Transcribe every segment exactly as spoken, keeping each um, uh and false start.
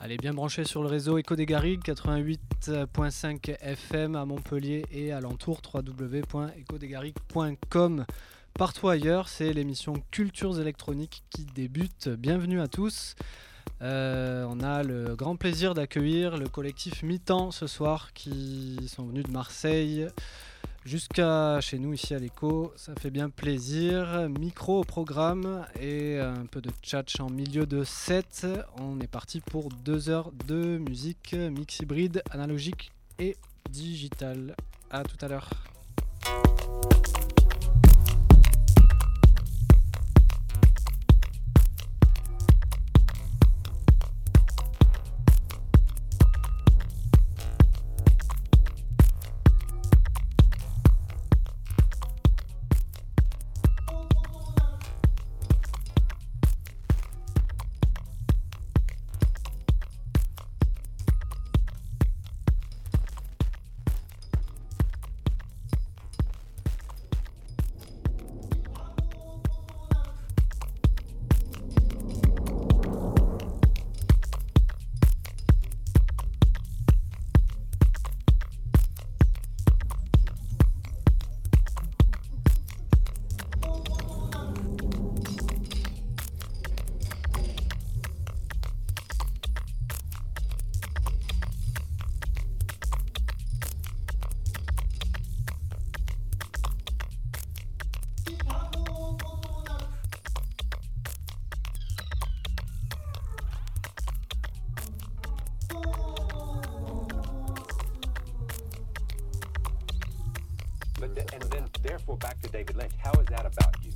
Elle est bien branchée sur le réseau Echo des Garrigues, quatre-vingt-huit virgule cinq F M à Montpellier et alentour, w w w point echo des garrigues point com. Partout ailleurs, c'est l'émission Cultures électroniques qui débute. Bienvenue à tous. Euh, on a le grand plaisir d'accueillir le collectif Mi-temps ce soir qui sont venus de Marseille jusqu'à chez nous ici à l'Echo. Ça fait bien plaisir. Micro au programme et un peu de tchatch en milieu de set. On est parti pour deux heures de musique mix hybride, analogique et digital. À tout à l'heure. Back to David Lynch. How is that about you?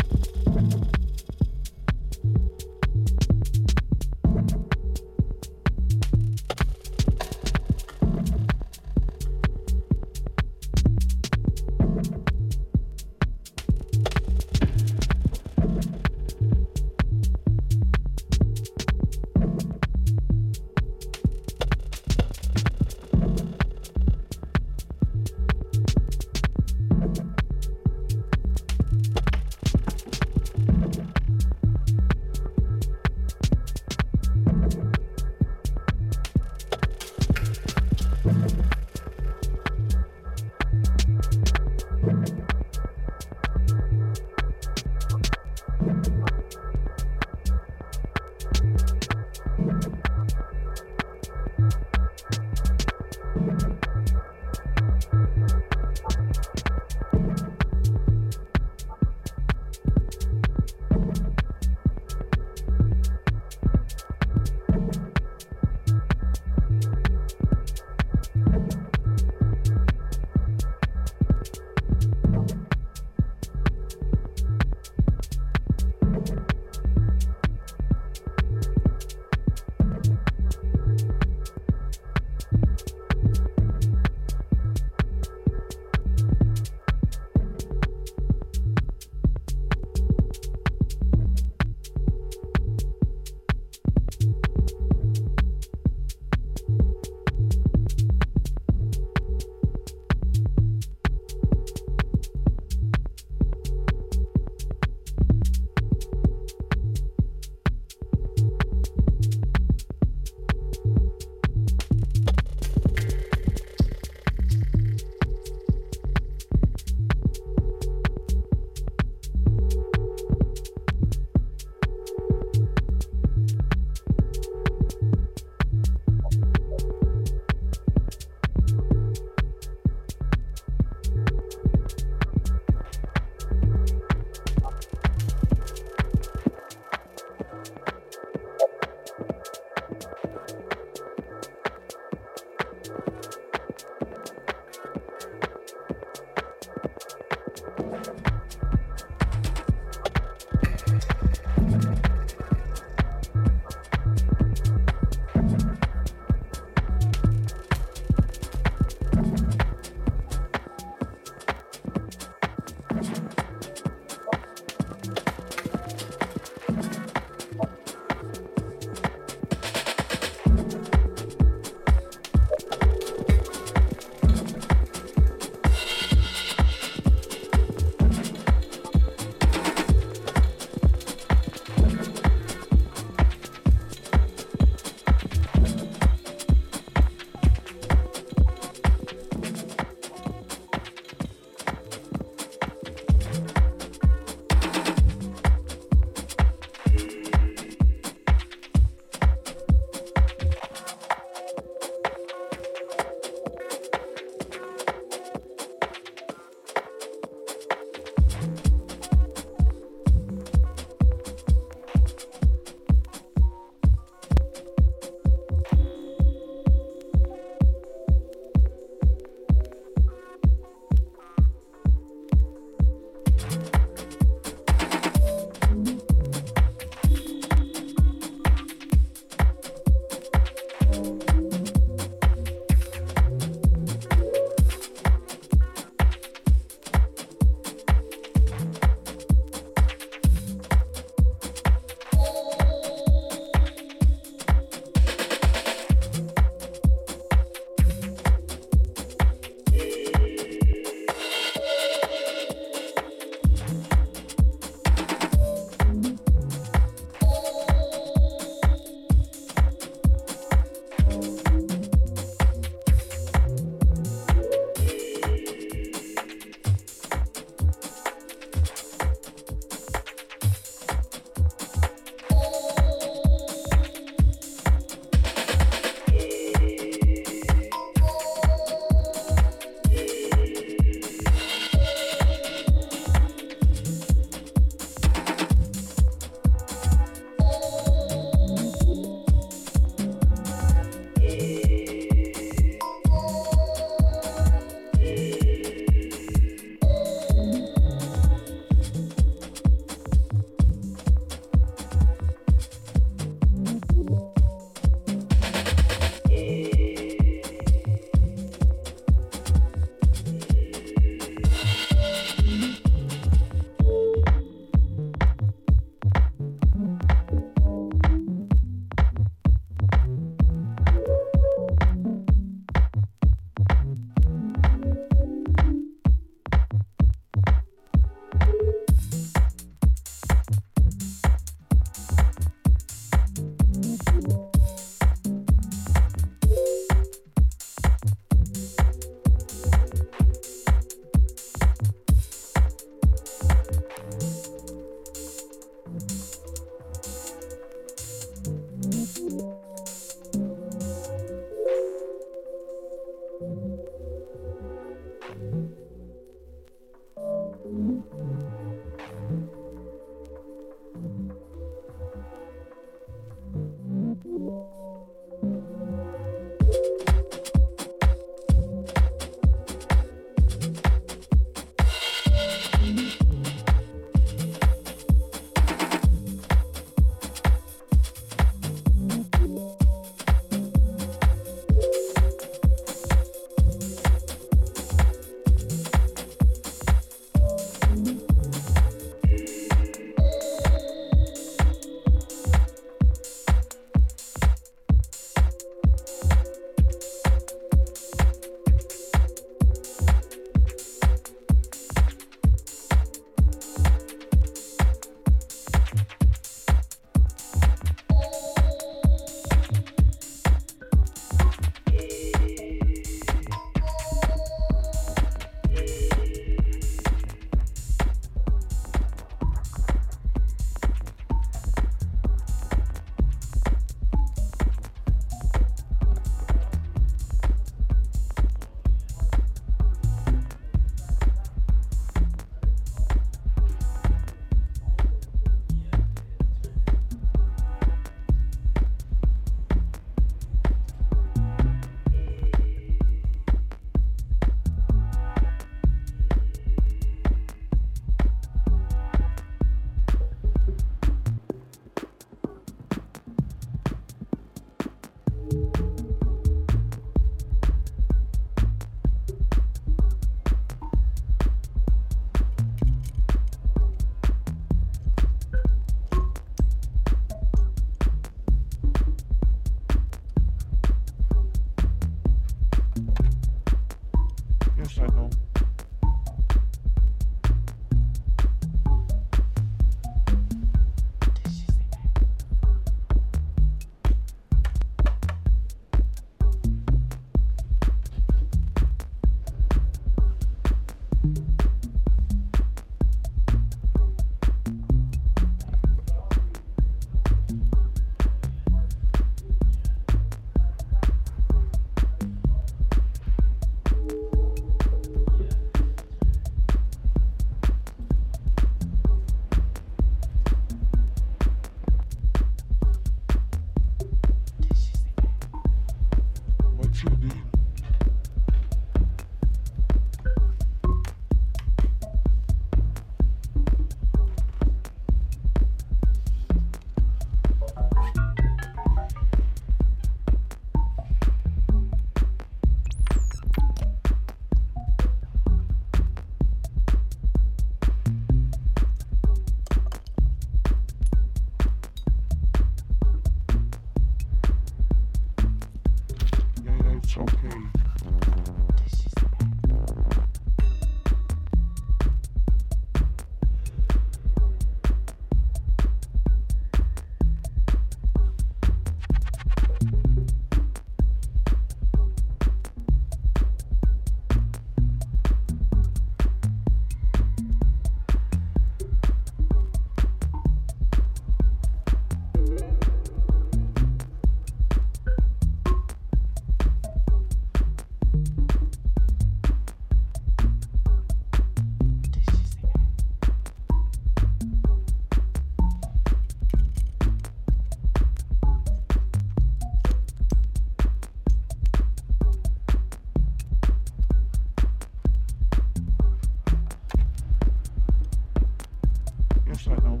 Yes, I know.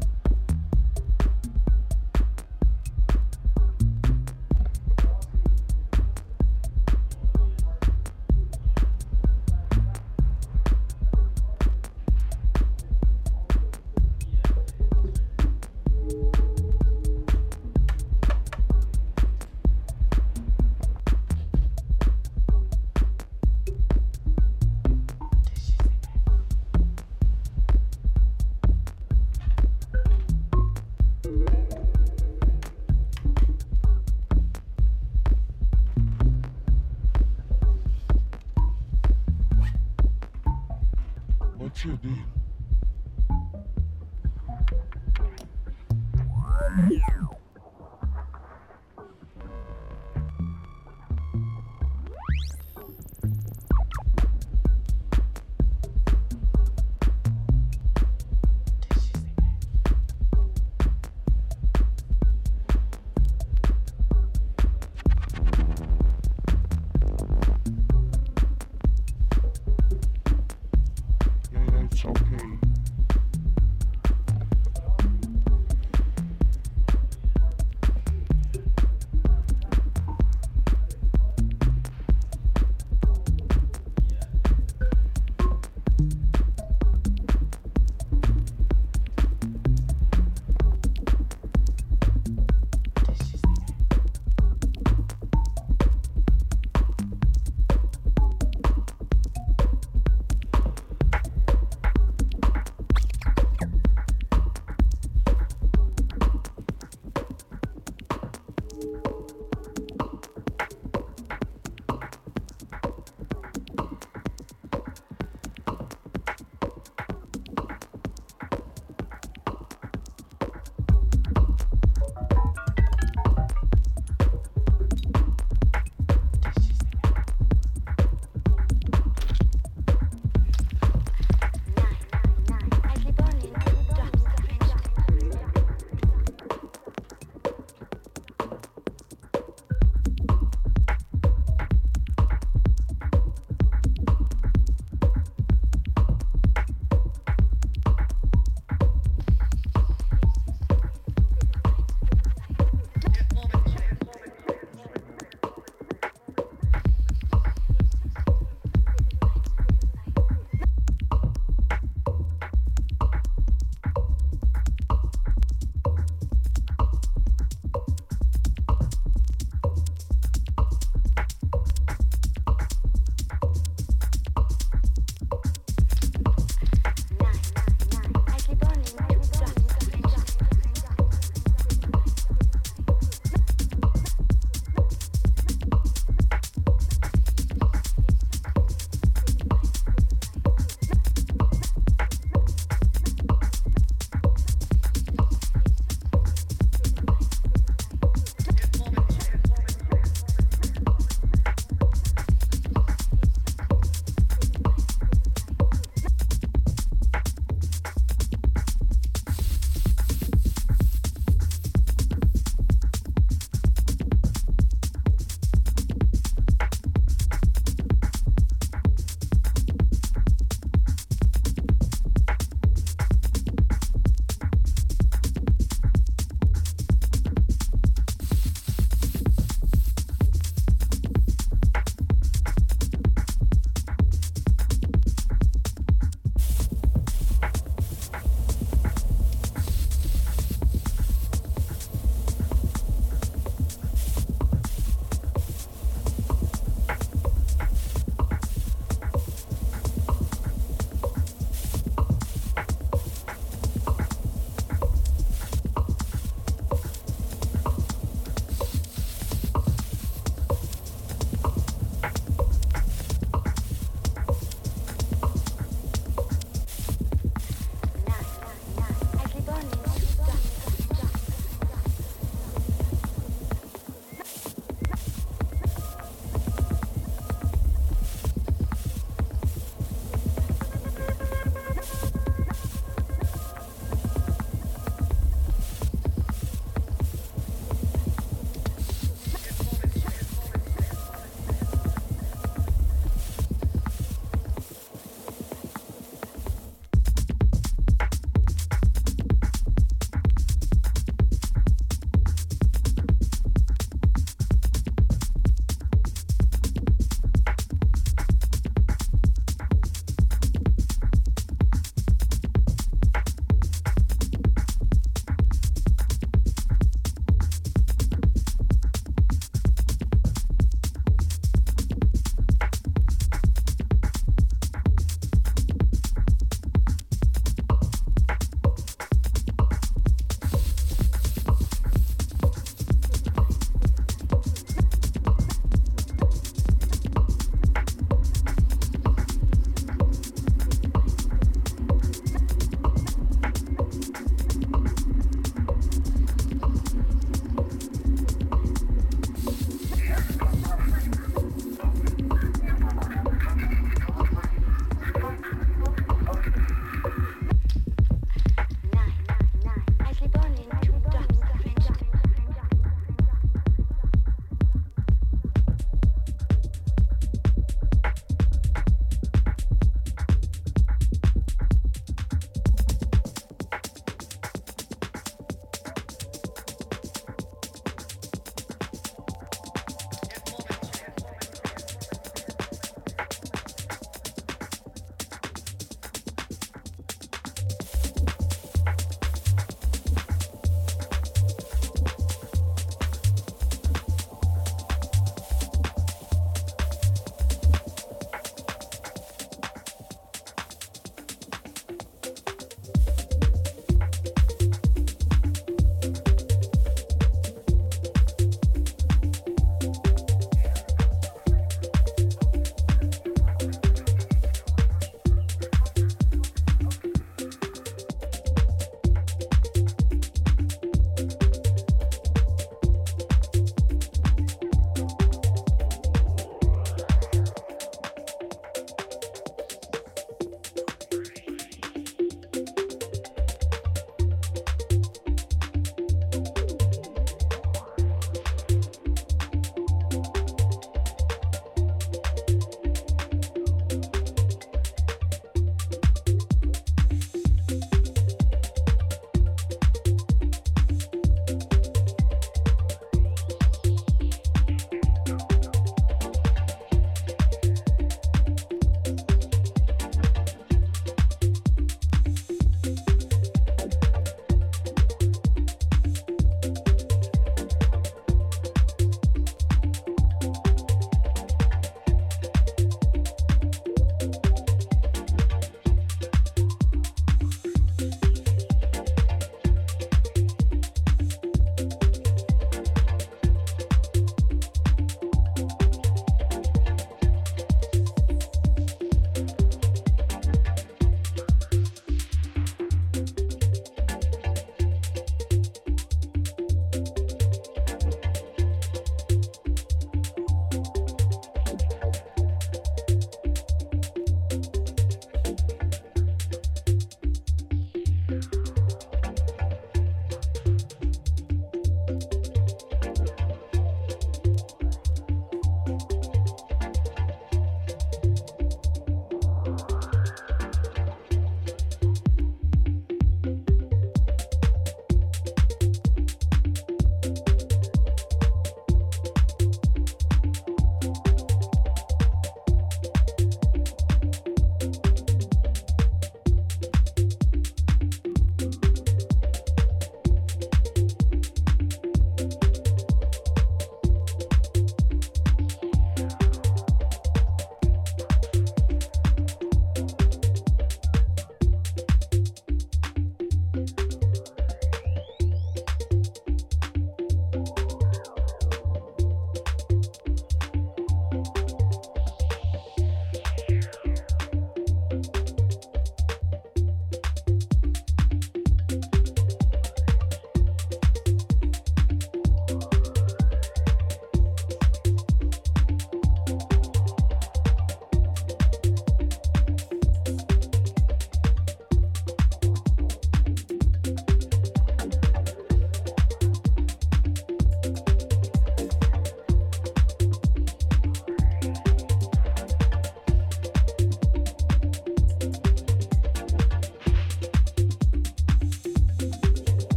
What's your deal? It's okay.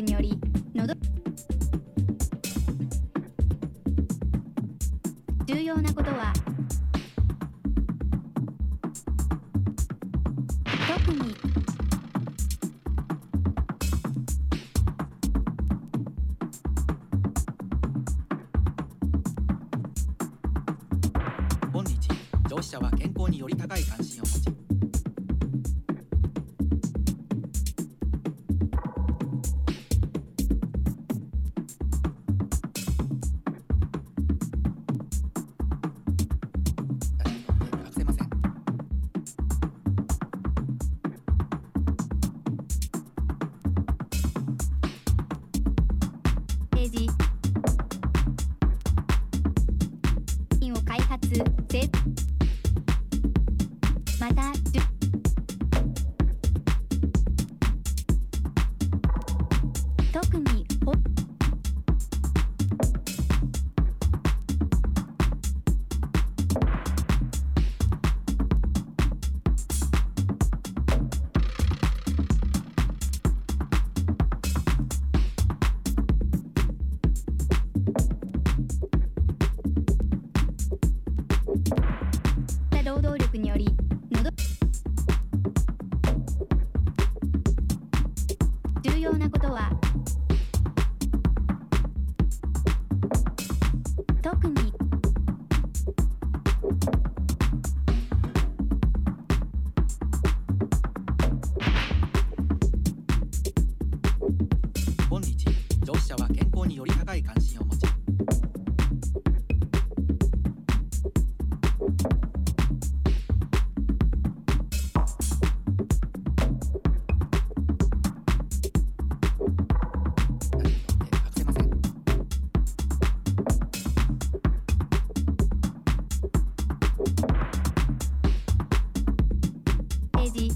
力によりのど重要なことは特に今日消費者は健康により高い関心を持ち隠せません。 提示品を開発せまたじゅ特にほ労働力によりのど重要なことは特に今日消費者は健康により高い関心を持ち隠せません。 提示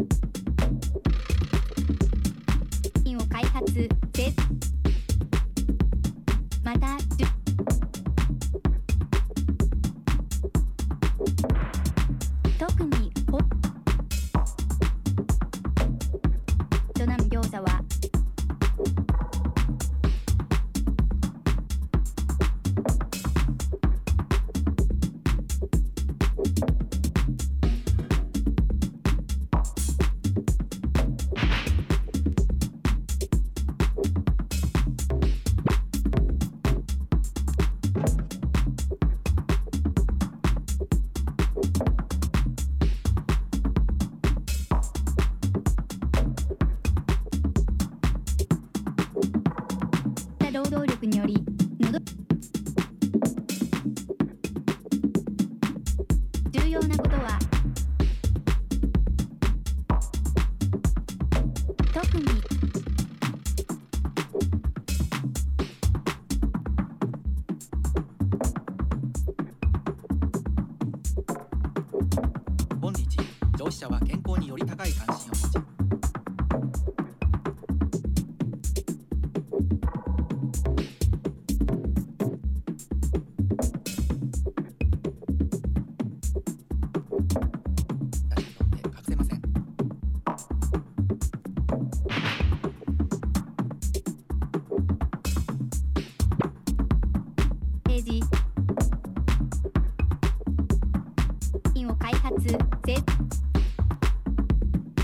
品を開発せまたじゅ特にほドナム業者は労働力によりのど重要なことは特に今日消費者は健康により高い関心を持ち隠せません。 提示品を開発せ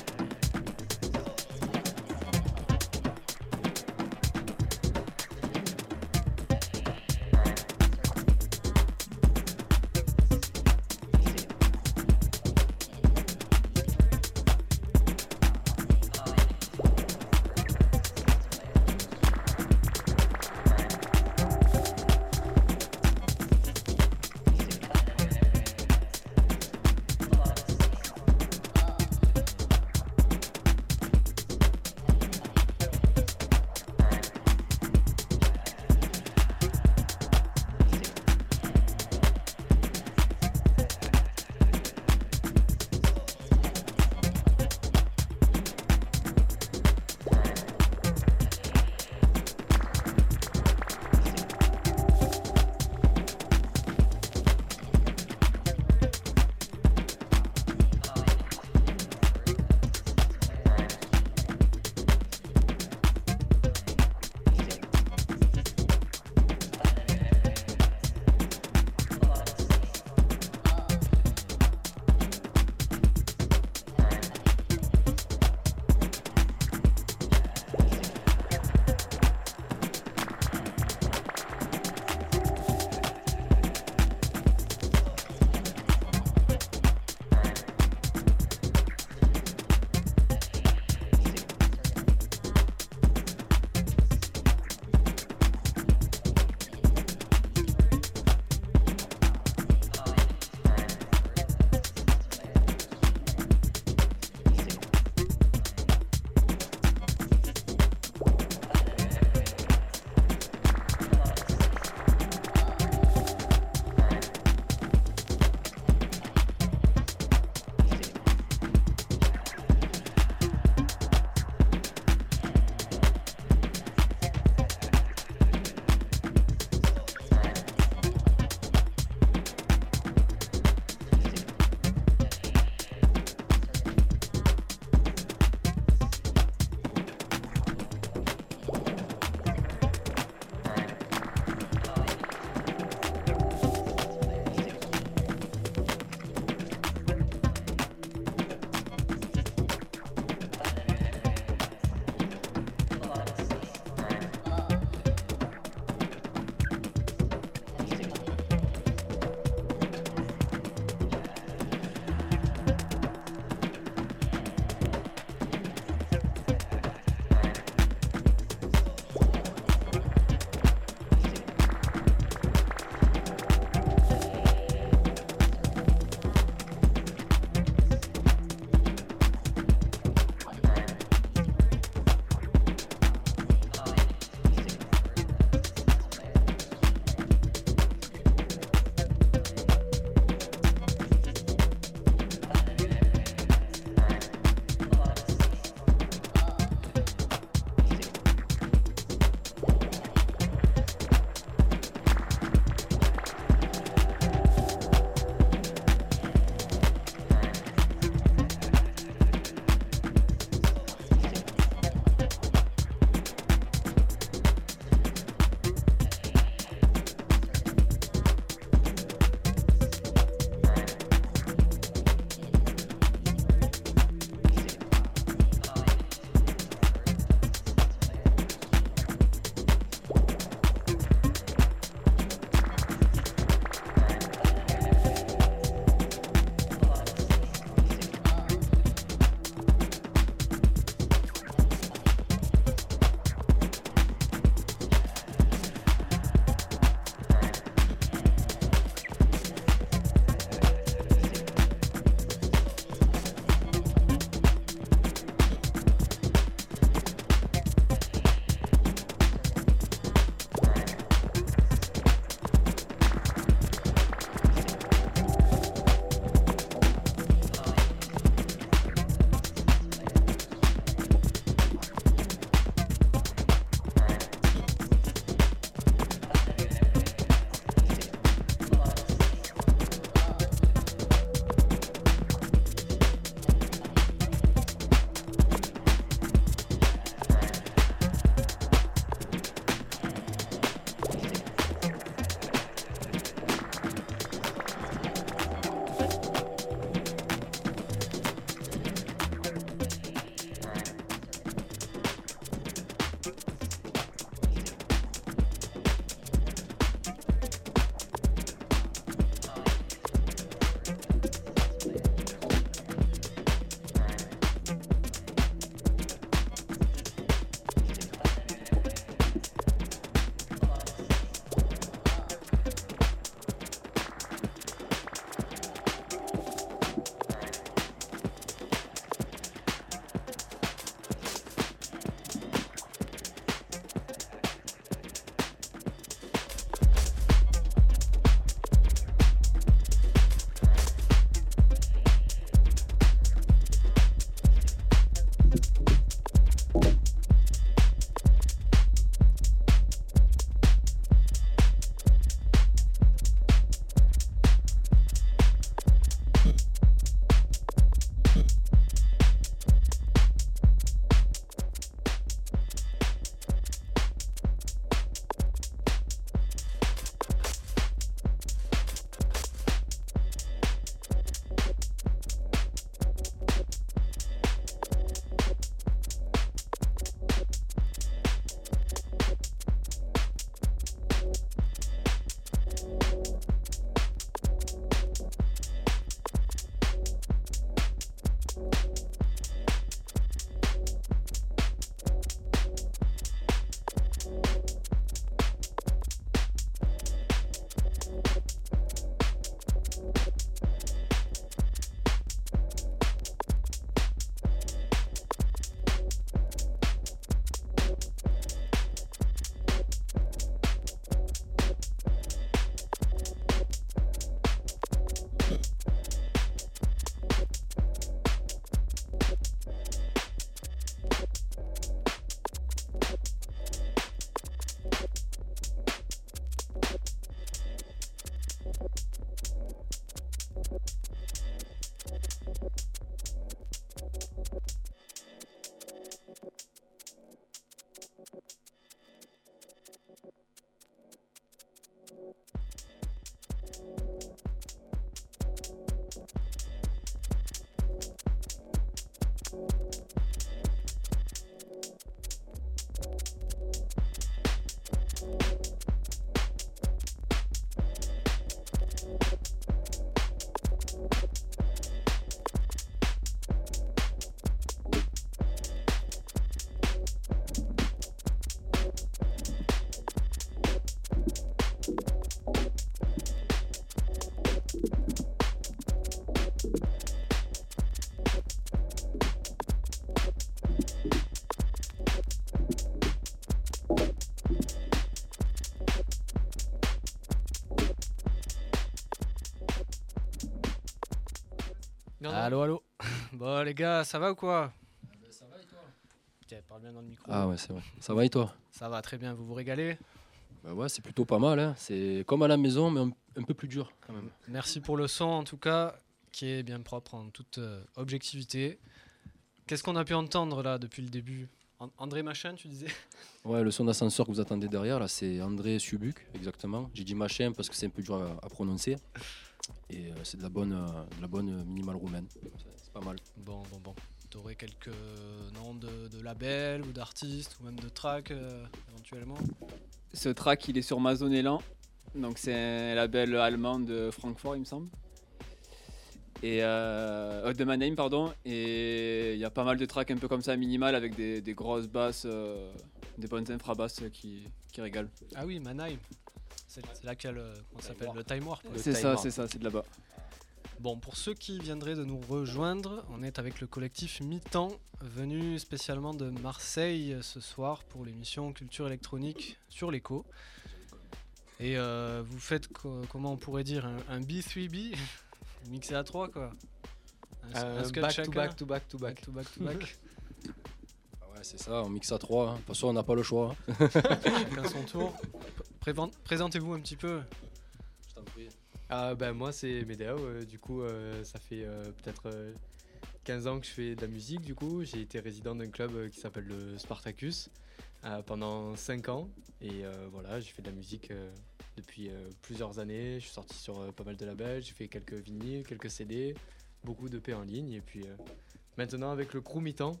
Non, non. Allô, allô. Bon, les gars, ça va ou quoi? Ça va et toi? Tiens, parle bien dans le micro. Ah ouais, c'est vrai. Ça va et toi? Ça va très bien, vous vous régalez? Bah ouais, c'est plutôt pas mal. Hein. C'est comme à la maison, mais un, un peu plus dur quand même. Merci pour le son, en tout cas, qui est bien propre en toute euh, objectivité. Qu'est-ce qu'on a pu entendre là depuis le début? An- André Machin, tu disais? Ouais, le son d'ascenseur que vous attendez derrière, là, c'est André Subuc, exactement. J'ai dit machin parce que c'est un peu dur à, à prononcer. Et euh, c'est de la bonne, euh, de la bonne minimale roumaine. C'est, c'est pas mal. Bon, bon, bon. Tu aurais quelques noms de, de labels ou d'artistes ou même de tracks euh, éventuellement? Ce track, il est sur Mason Elan. Donc c'est un label allemand de Francfort, il me semble. Et euh, de Mannheim, pardon. Et il y a pas mal de tracks un peu comme ça, minimal, avec des, des grosses basses, euh, des bonnes infrabasses qui, qui régalent. Ah oui, Mannheim. C'est, c'est là qu'il y a le, comment ça s'appelle, le Time Warp. Le C'est Time ça, Warp. c'est ça, c'est de là-bas. Bon, pour ceux qui viendraient de nous rejoindre, on est avec le collectif Mi-temps, venu spécialement de Marseille ce soir pour l'émission Culture électronique sur l'écho. Et euh, vous faites, co- comment on pourrait dire, un, un B trois B, mixé à trois quoi. Un, Euh, un scud back, chacun. to back to back to back. Back to back to back. Ah ouais, c'est ça, on mixe à trois. Hein. De toute façon, on n'a pas le choix. Hein. Chacun son tour. Préven- Présentez-vous un petit peu. Je t'en prie. Ah ben moi c'est Medeo, euh, du coup euh, ça fait euh, peut-être euh, quinze ans que je fais de la musique du coup. J'ai été résident d'un club euh, qui s'appelle le Spartacus euh, pendant cinq ans et euh, voilà, j'ai fait de la musique euh, depuis euh, plusieurs années. Je suis sorti sur euh, pas mal de labels, j'ai fait quelques vinyles, quelques C D, beaucoup de P en ligne et puis euh, maintenant avec le crew mi-temps.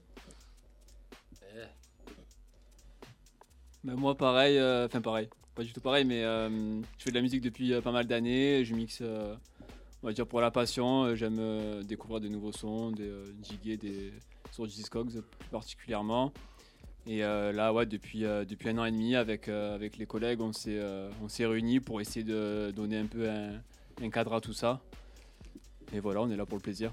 Mais moi, pareil, euh, enfin pareil, pas du tout pareil, mais euh, je fais de la musique depuis euh, pas mal d'années. Je mixe, euh, on va dire, pour la passion. Euh, J'aime euh, découvrir des nouveaux sons, des euh, jiguer des, sur Discogs plus particulièrement. Et euh, là, ouais, depuis, euh, depuis un an et demi, avec, euh, avec les collègues, on s'est, euh, on s'est réunis pour essayer de donner un peu un, un cadre à tout ça. Et voilà, on est là pour le plaisir.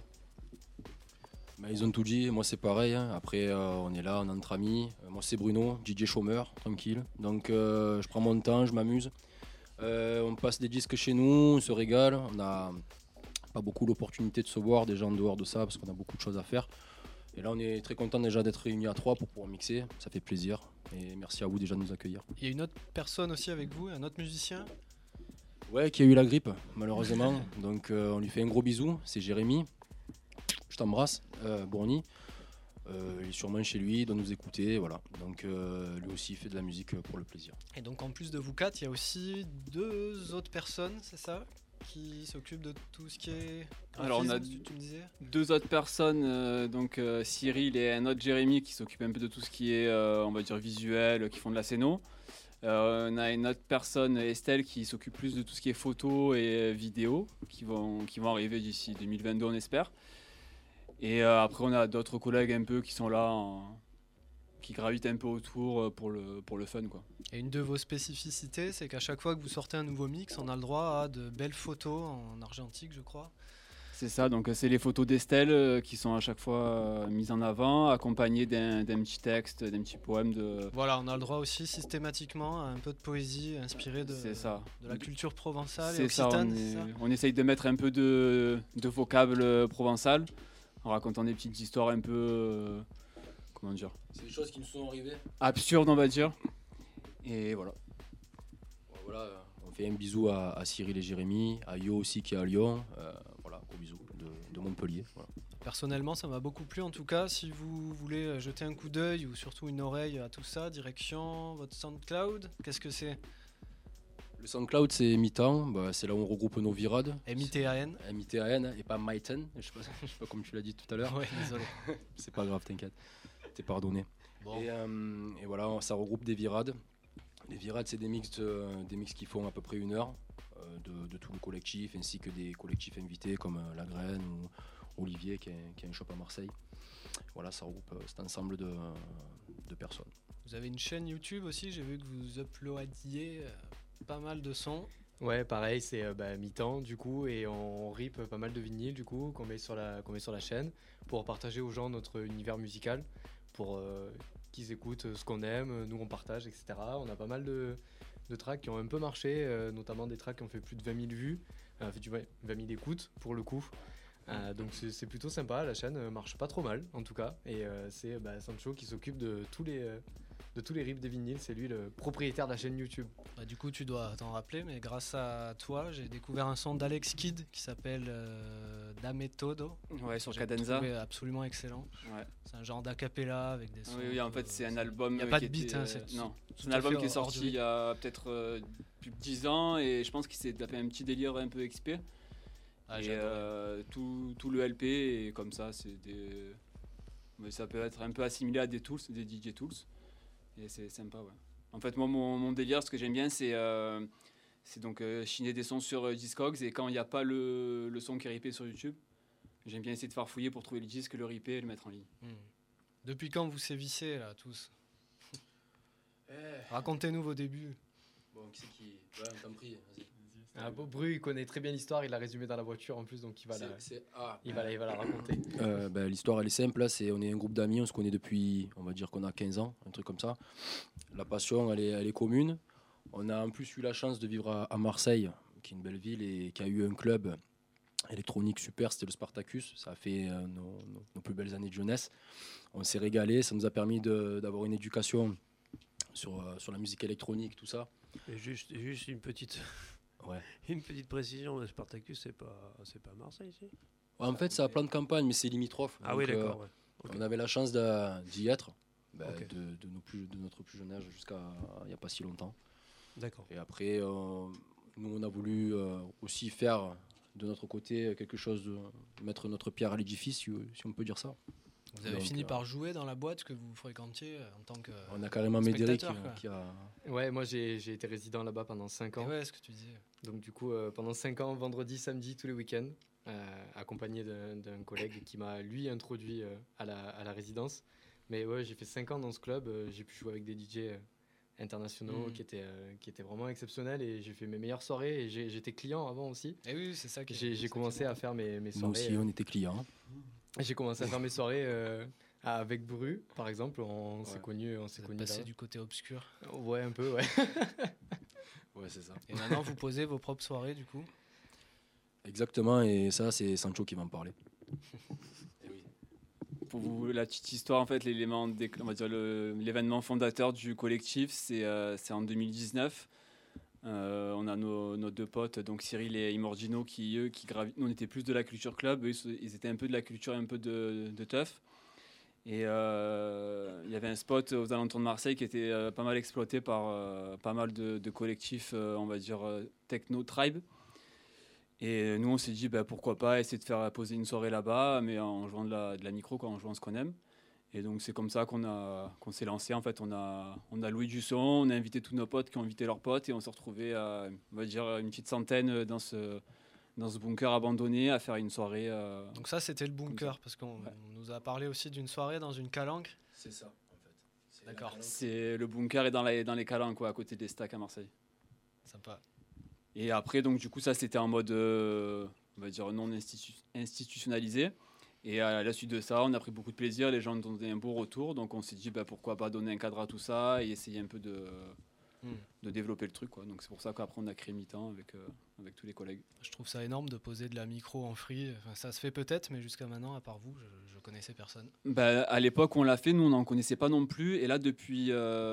Bah, ils ont tout dit, moi c'est pareil. Hein. Après, euh, on est là, on est entre amis. Euh, moi c'est Bruno, D J chômeur, tranquille. Donc euh, je prends mon temps, je m'amuse. Euh, on passe des disques chez nous, on se régale. On n'a pas beaucoup l'opportunité de se voir déjà en dehors de ça parce qu'on a beaucoup de choses à faire. Et là, on est très content déjà d'être réunis à trois pour pouvoir mixer. Ça fait plaisir. Et merci à vous déjà de nous accueillir. Il y a une autre personne aussi avec vous, un autre musicien. Ouais, qui a eu la grippe, malheureusement. Donc euh, on lui fait un gros bisou. C'est Jérémy. Je t'embrasse, euh, Bourny. Euh, il est sûrement chez lui, il doit nous écouter. Voilà. Donc euh, lui aussi il fait de la musique pour le plaisir. Et donc en plus de vous quatre, il y a aussi deux autres personnes, c'est ça, qui s'occupent de tout ce qui est Alors, on a graphisme, tu, tu me disais. Deux autres personnes, euh, donc euh, Cyril et un autre Jérémy qui s'occupent un peu de tout ce qui est, euh, on va dire, visuel, qui font de la scéno. Euh, on a une autre personne, Estelle, qui s'occupe plus de tout ce qui est photo et vidéo, qui vont, qui vont arriver d'ici deux mille vingt-deux, on espère. Et euh, après, on a d'autres collègues un peu qui sont là, en- qui gravitent un peu autour euh, pour le, pour le fun, quoi. Et une de vos spécificités, c'est qu'à chaque fois que vous sortez un nouveau mix, on a le droit à de belles photos en argentique, je crois. C'est ça, donc euh, c'est les photos d'Estelle euh, qui sont à chaque fois euh, mises en avant, accompagnées d'un, d'un petit texte, d'un petit poème de... Voilà, on a le droit aussi systématiquement à un peu de poésie inspirée de, C'est ça. de la culture provençale et C'est ça, occitane, on, c'est est- ça. on essaye de mettre un peu de, de vocable euh, provençal en racontant des petites histoires un peu, euh, comment dire, C'est des choses qui nous sont arrivées. absurdes, on va dire. Et voilà. Bon, voilà, euh, on fait un bisou à, à Cyril et Jérémy, à Yo aussi qui est à Lyon. Euh, voilà, gros bisous de, de Montpellier. Voilà. Personnellement, ça m'a beaucoup plu. En tout cas, si vous voulez euh, jeter un coup d'œil ou surtout une oreille à tout ça, direction votre SoundCloud, qu'est-ce que c'est? Le SoundCloud c'est mi-temps, bah, c'est là où on regroupe nos virades. M I T A N. M I T A N et pas Myten, je sais pas, je sais pas comme tu l'as dit tout à l'heure. Ouais, désolé. C'est pas grave, t'inquiète, t'es pardonné. Bon. Et, euh, et voilà, ça regroupe des virades. Les virades, c'est des mix, de- des mix qui font à peu près une heure euh, de, de tout le collectif, ainsi que des collectifs invités comme euh, La Graine ou Olivier qui, est- qui a un shop à Marseille. Voilà, ça regroupe euh, cet ensemble de, de personnes. Vous avez une chaîne YouTube aussi, j'ai vu que vous uploadiez euh, pas mal de sons. Ouais, pareil, c'est euh, bah, mi-temps du coup, et on rip pas mal de vinyles du coup qu'on met sur la qu'on met sur la chaîne pour partager aux gens notre univers musical, pour euh, qu'ils écoutent ce qu'on aime, nous on partage, et cetera. On a pas mal de, de tracks qui ont un peu marché, euh, notamment des tracks qui ont fait plus de vingt mille vues, euh, fait du- ouais, vingt mille écoutes pour le coup. Euh, donc c'est, c'est plutôt sympa, la chaîne euh, marche pas trop mal en tout cas. Et euh, c'est bah, Sancho qui s'occupe de tous les, euh, de tous les rips des vinyles, c'est lui le propriétaire de la chaîne YouTube. Bah, du coup, tu dois t'en rappeler, mais grâce à toi, j'ai découvert un son d'Alex Kidd qui s'appelle euh, Dame Todo. Ouais, sur J'ai Cadenza. trouvé absolument excellent. Ouais. C'est un genre d'acapella avec des sons. Oui, oui, en un fait, peu- c'est un album. Il y a euh, pas qui de beat, était, hein, euh, c'est- non, tout c'est un à album fait qui est hors du sorti rythme. il y a peut-être euh, plus de dix ans et je pense qu'il s'est tapé un petit délire un peu X P. Ah, et j'ai adoré. euh, tout, tout le L P et comme ça, c'est des. Mais ça peut être un peu assimilé à des tools, des D J tools. Et c'est sympa, ouais. En fait, moi, mon, mon délire, ce que j'aime bien, c'est euh, c'est donc euh, chiner des sons sur euh, Discogs et quand il n'y a pas le, le son qui est ripé sur YouTube, j'aime bien essayer de farfouiller pour trouver le disque, le ripper et le mettre en ligne. Hmm. Depuis quand vous sévissez là tous? Racontez-nous vos débuts. Bon, qui c'est qui. Ouais, t'en prie, vas-y. Ah, bon, Bru, il connaît très bien l'histoire, il l'a résumé dans la voiture en plus, donc il va, la, C'est- c'est- ah, il va, la, il va la raconter. Euh, ben, l'histoire elle est simple, là, c'est, on est un groupe d'amis, on se connaît depuis, on va dire qu'on a quinze ans, un truc comme ça. La passion elle est, elle est commune. On a en plus eu la chance de vivre à, à Marseille, qui est une belle ville et qui a eu un club électronique super, c'était le Spartacus. Ça a fait euh, nos, nos- nos plus belles années de jeunesse. On s'est régalé, ça nous a permis de- d'avoir une éducation sur, euh, sur la musique électronique, tout ça. Et juste, juste une petite, Ouais. une petite précision, le Spartacus, c'est pas, c'est pas Marseille, ici. En fait, c'est à plan de campagne, mais c'est limitrophe. Ah Donc, oui, euh, d'accord. ouais. Ok. On avait la chance d'a- d'y être, ben, Ok. de, de nos plus- de notre plus jeune âge jusqu'à il n'y a pas si longtemps. D'accord. Et après, euh, nous, on a voulu euh, aussi faire de notre côté quelque chose, de mettre notre pierre à l'édifice, si, si on peut dire ça. Vous avez Donc, fini euh, par jouer dans la boîte que vous fréquentiez euh, en tant que. On a carrément Médéric spectateur, quoi. qui a. Ouais, moi j'ai, j'ai été résident là-bas pendant cinq Et ans. ouais, ce que tu disais. Donc du coup, euh, pendant cinq ans, vendredi, samedi, tous les week-ends, euh, accompagné d'un, d'un collègue qui m'a lui introduit euh, à, la, à la résidence. Mais ouais, j'ai fait cinq ans dans ce club, euh, j'ai pu jouer avec des D J euh, internationaux Mhm. qui, étaient, euh, qui étaient vraiment exceptionnels et j'ai fait mes meilleures soirées et j'ai- j'étais client avant aussi. Et oui, c'est ça qui est- J'ai, c'est j'ai ça commencé qui est à faire mes, mes Nous soirées. aussi, euh, on était clients. J'ai commencé à faire mes soirées euh, avec Bru, par exemple. On s'est Ouais. connus, on s'est Vous êtes connus passé là. du côté obscur. Ouais, un peu, ouais. Ouais, c'est ça. Et maintenant, vous posez vos propres soirées, du coup. Exactement, et ça, c'est Sancho qui va en parler. Pour vous, la petite histoire, en fait, l'élément, décl- on va dire le- l'événement fondateur du collectif, c'est euh, c'est en deux mille dix-neuf. Euh, on a nos, nos deux potes, donc Cyril et Imorgino, qui eux, qui gravitent. Nous, on était plus de la culture club, eux, ils ils étaient un peu de la culture, un peu de, de teuf. Et euh, il y avait un spot aux alentours de Marseille qui était euh, pas mal exploité par euh, pas mal de, de collectifs, euh, on va dire euh, techno tribe. Et nous, on s'est dit, bah, pourquoi pas essayer de faire poser une soirée là-bas, mais en jouant de la, de la micro, quoi, en jouant ce qu'on aime. Et donc, c'est comme ça qu'on a, qu'on s'est lancé. En fait, on a, on a loué du son, on a invité tous nos potes qui ont invité leurs potes, et on s'est retrouvés à, on va dire, une petite centaine dans ce, dans ce bunker abandonné à faire une soirée. euh, Donc, ça, c'était le Comme bunker, parce qu'on Ouais. on nous a parlé aussi d'une soirée dans une calanque. C'est ça, en fait. C'est D'accord. la- c'est le bunker est dans, la, dans les calanques, quoi, à côté des stacks à Marseille. Sympa. Et après, donc, du coup, ça, c'était en mode, euh, on va dire, non institu- institutionnalisé. Et à la suite de ça, on a pris beaucoup de plaisir. Les gens nous ont donné un beau retour. Donc, on s'est dit, bah, pourquoi pas donner un cadre à tout ça et essayer un peu de, Hmm. de développer le truc, quoi. Donc, c'est pour ça qu'après, on a créé Mi-temps avec, euh, avec tous les collègues. Je trouve ça énorme de poser de la micro en free. Enfin, ça se fait peut-être, mais jusqu'à maintenant, à part vous, je, je connaissais personne. Bah, à l'époque, on l'a fait. Nous, on n'en connaissait pas non plus. Et là, depuis,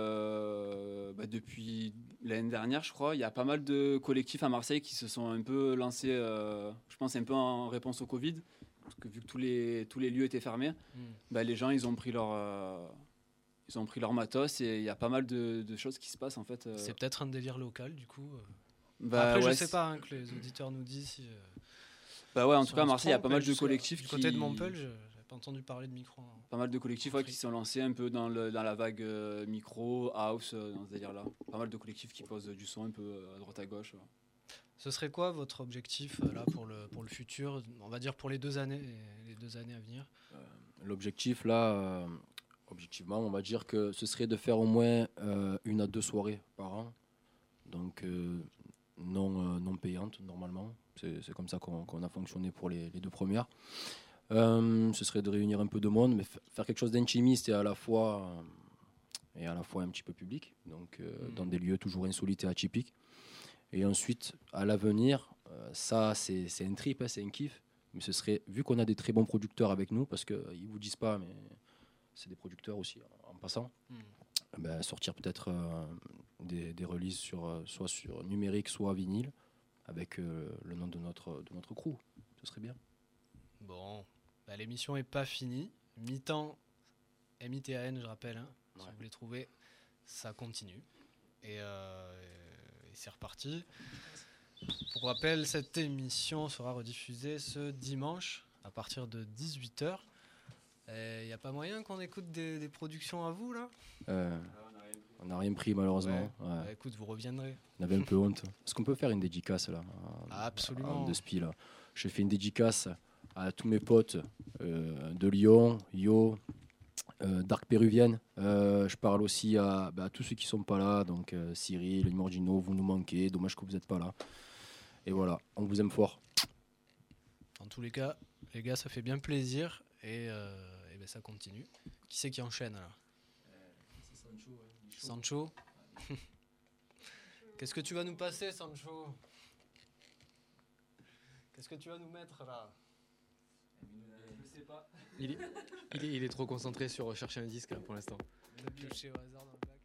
euh, bah, depuis l'année dernière, je crois, il y a pas mal de collectifs à Marseille qui se sont un peu lancés, euh, je pense, un peu en réponse au Covid. Parce que vu que tous les, tous les lieux étaient fermés, Hmm. bah, les gens, ils ont pris leur, euh, ils ont pris leur matos et il y a pas mal de, de choses qui se passent, en fait. euh. C'est peut-être un délire local, du coup. euh. Bah, Après, ouais, je sais c'est- pas hein, que les auditeurs nous disent si. euh, Bah ouais, en si tout cas, à on se Marseille, il y a trompe, pas mal mais de jusqu'à- collectifs Du côté qui... de Montpellier, je n'avais pas entendu parler de micro. hein. Pas mal de collectifs ouais, qui sont lancés un peu dans, le, dans la vague euh, micro, house, euh, dans ce délire-là. Pas mal de collectifs qui posent du son un peu euh, à droite à gauche. Ce serait quoi votre objectif euh, là pour le, pour le futur, on va dire pour les deux années, les deux années à venir? L'objectif, là, euh, objectivement, on va dire que ce serait de faire au moins euh, une à deux soirées par an. Donc, euh, non, euh, non payantes, normalement. C'est c'est comme ça qu'on qu'on a fonctionné pour les, les deux premières. Euh, ce serait de réunir un peu de monde, mais f- faire quelque chose d'intimiste et à la fois, euh, et à la fois un petit peu public. Donc, euh, Mhm. dans des lieux toujours insolites et atypiques. Et ensuite, à l'avenir, euh, ça, c'est c'est un trip, hein, c'est un kiff. Mais ce serait, vu qu'on a des très bons producteurs avec nous, parce qu'ils ne vous disent pas, mais c'est des producteurs aussi en passant, Mm. ben, sortir peut-être euh, des, des releases sur, euh, soit sur numérique, soit vinyle, avec euh, le nom de notre, de notre crew. Ce serait bien. Bon, bah, l'émission est pas finie. Mi-temps, M I T A N, je rappelle, hein, si Ouais. vous voulez trouver, ça continue. Et, euh, et c'est reparti. Pour rappel, cette émission sera rediffusée ce dimanche à partir de dix-huit heures. Il n'y a pas moyen qu'on écoute des, des productions à vous, là Euh, on n'a rien pris, malheureusement. Ouais. Ouais. Bah, écoute, vous reviendrez. On avait un peu honte. Est-ce qu'on peut faire une dédicace là Ah, absolument. en De spi, là. Je fais une dédicace à tous mes potes euh, de Lyon, Yo, euh, Dark Péruvienne. Euh, je parle aussi à, bah, à tous ceux qui sont pas là, donc euh, Cyril, Imorgino, vous nous manquez. Dommage que vous n'êtes pas là. Et voilà, on vous aime fort. En tous les cas, les gars, ça fait bien plaisir. Et, euh, et ben, ça continue. Qui c'est qui enchaîne là Sancho. Qu'est-ce que tu vas nous passer, Sancho? Qu'est-ce que tu vas nous mettre là? Je sais pas. Il est, il, est, il est trop concentré sur rechercher un disque là, pour l'instant. T'as pioché au hasard dans le bac.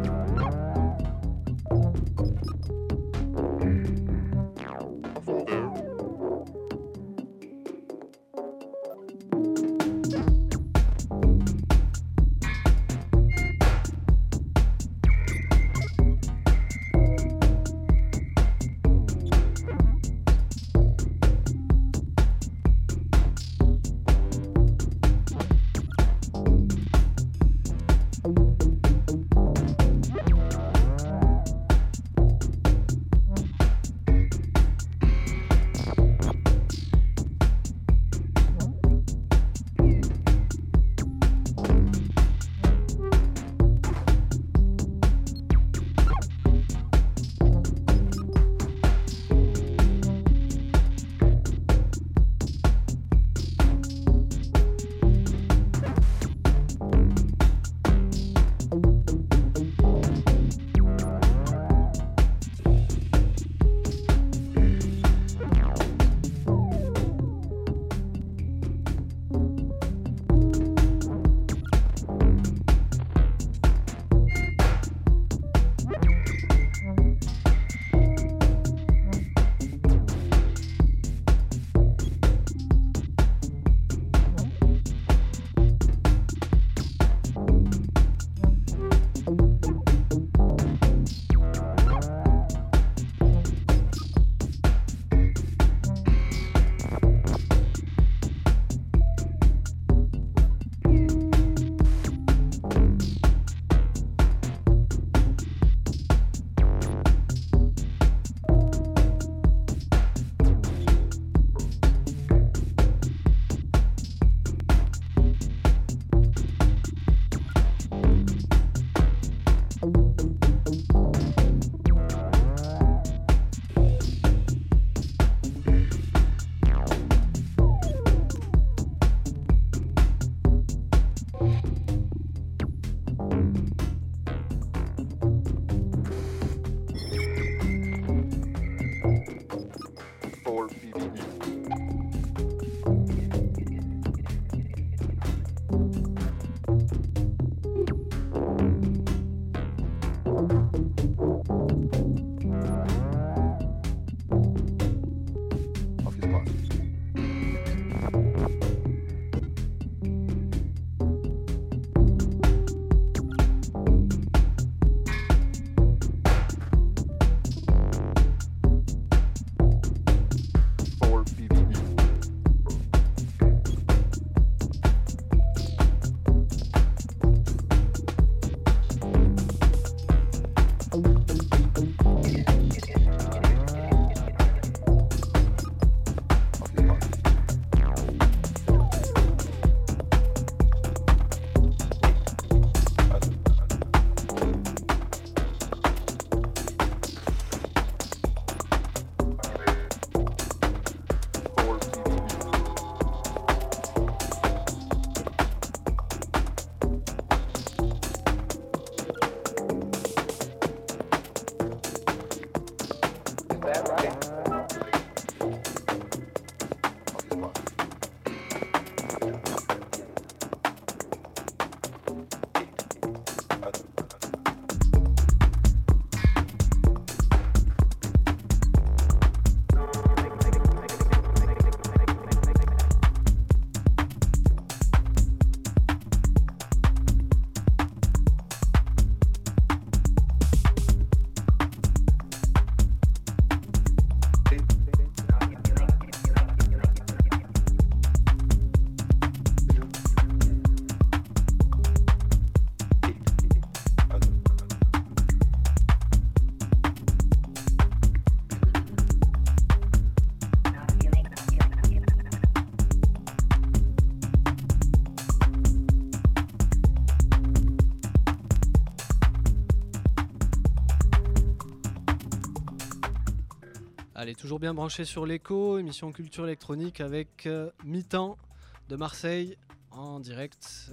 Allez, toujours bien branché sur l'écho, émission culture électronique avec euh, Mi-temps de Marseille en direct.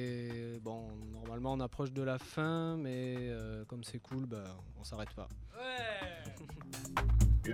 Et bon, normalement on approche de la fin, mais euh, comme c'est cool, bah, on s'arrête pas. Ouais.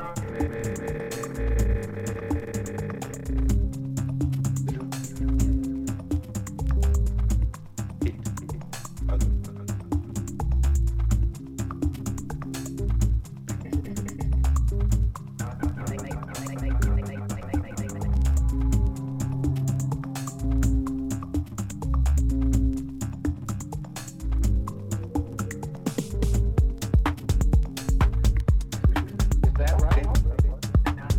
Is that right?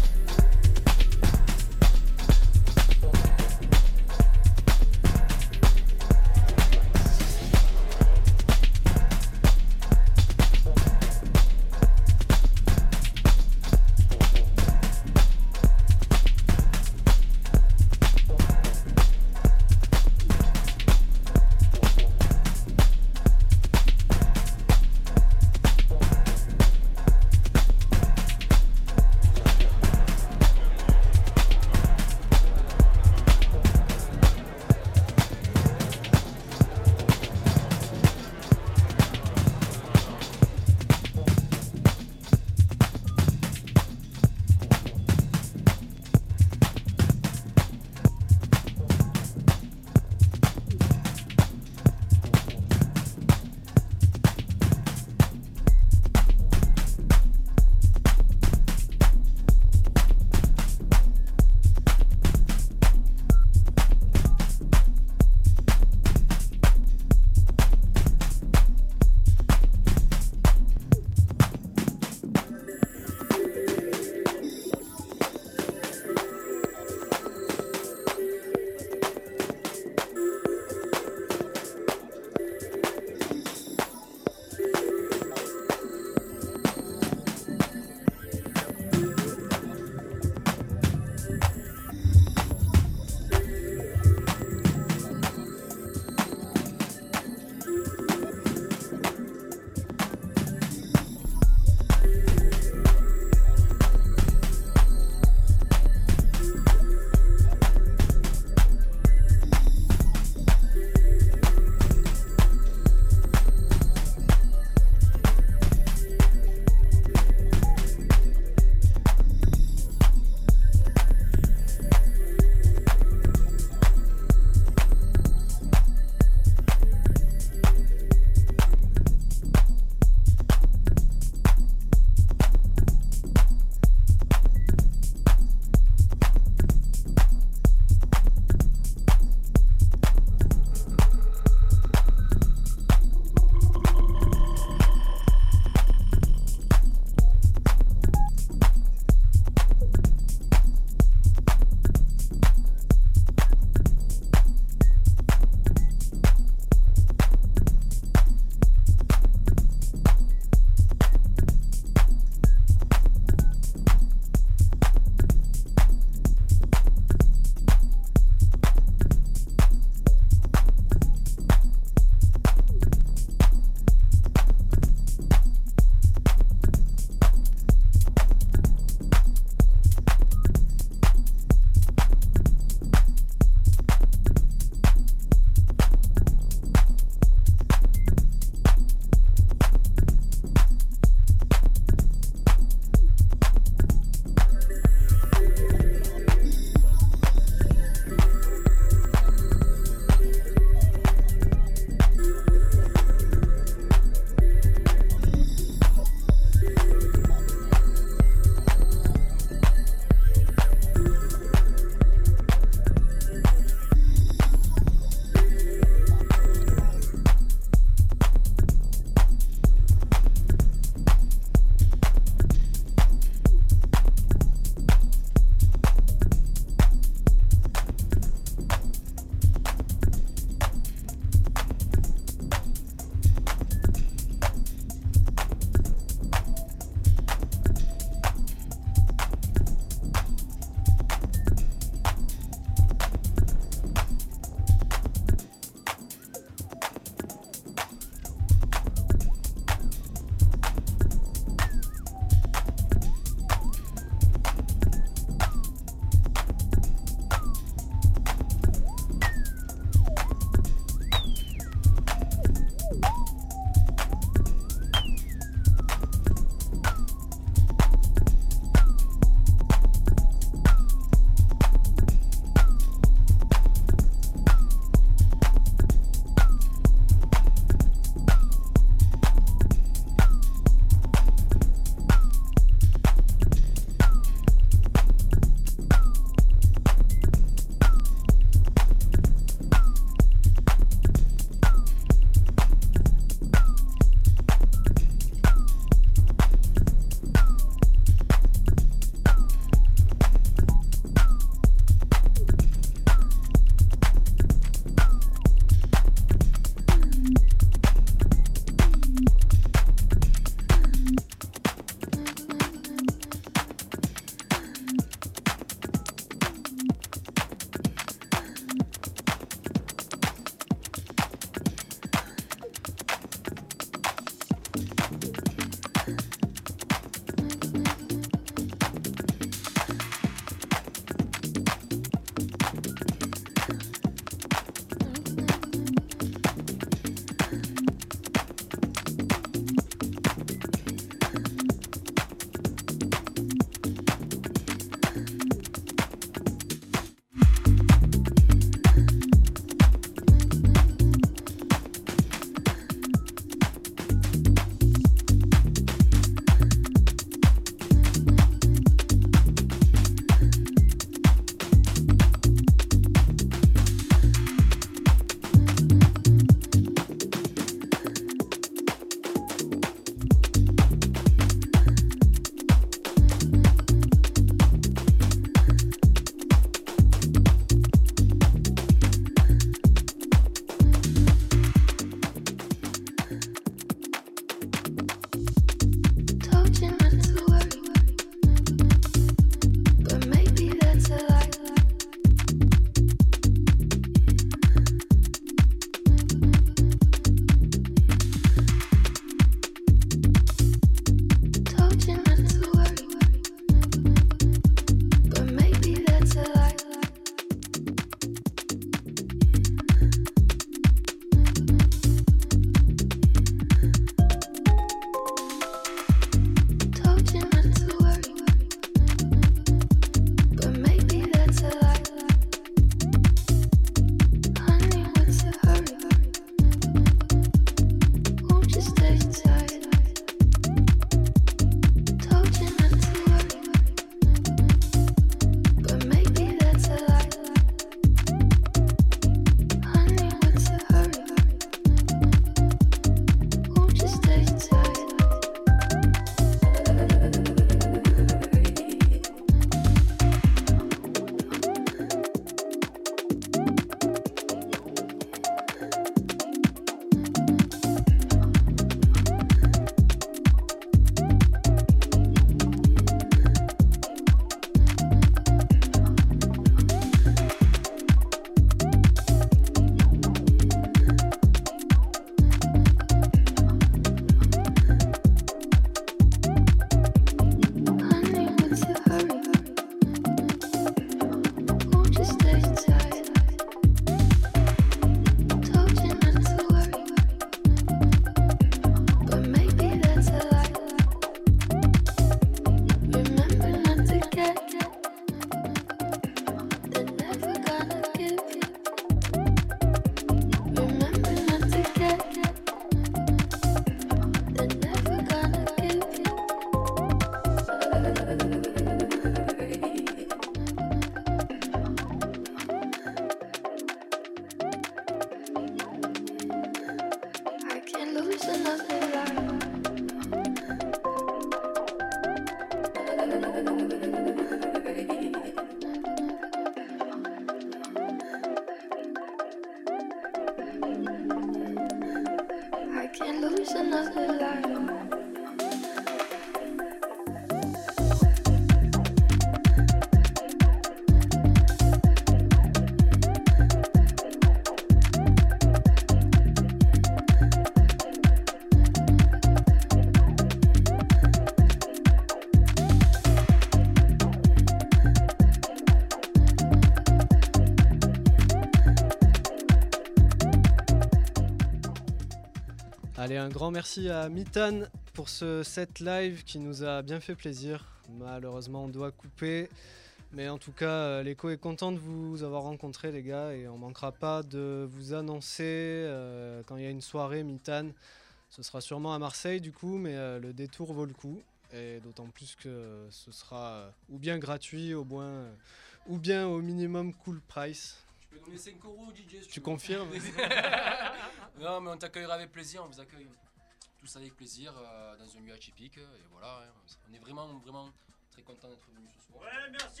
Allez, un grand merci à Mitan pour ce set live qui nous a bien fait plaisir. Malheureusement, on doit couper. Mais en tout cas, euh, l'écho est content de vous avoir rencontré, les gars. Et on manquera pas de vous annoncer euh, quand il y a une soirée Mitan. Ce sera sûrement à Marseille, du coup, mais euh, le détour vaut le coup. Et d'autant plus que ce sera euh, ou bien gratuit, au moins, euh, ou bien au minimum cool price. Tu peux donner cinq euros, D J. Si Tu tu veux. confirmes? Non, mais on t'accueillera avec plaisir, on vous accueille tous avec plaisir euh, dans un lieu atypique. Et voilà, hein, on est vraiment, vraiment très content d'être venus ce soir. Ouais, merci,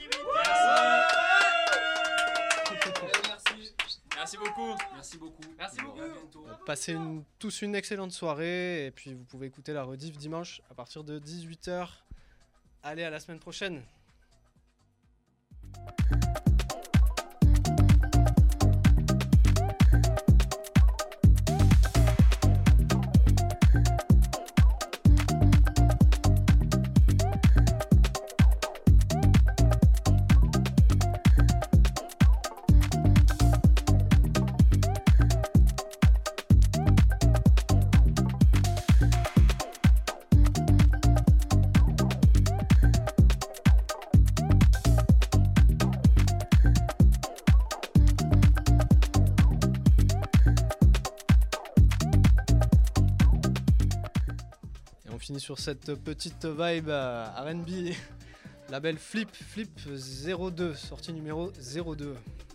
Merci. Merci beaucoup. Merci beaucoup. Merci beaucoup. À bientôt. Passez une- tous une excellente soirée. Et puis, vous pouvez écouter la rediff dimanche à partir de dix-huit heures. Allez, à la semaine prochaine. Et on finit sur cette petite vibe euh, R and B. Label Flip, Flip zéro deux, sortie numéro zéro deux.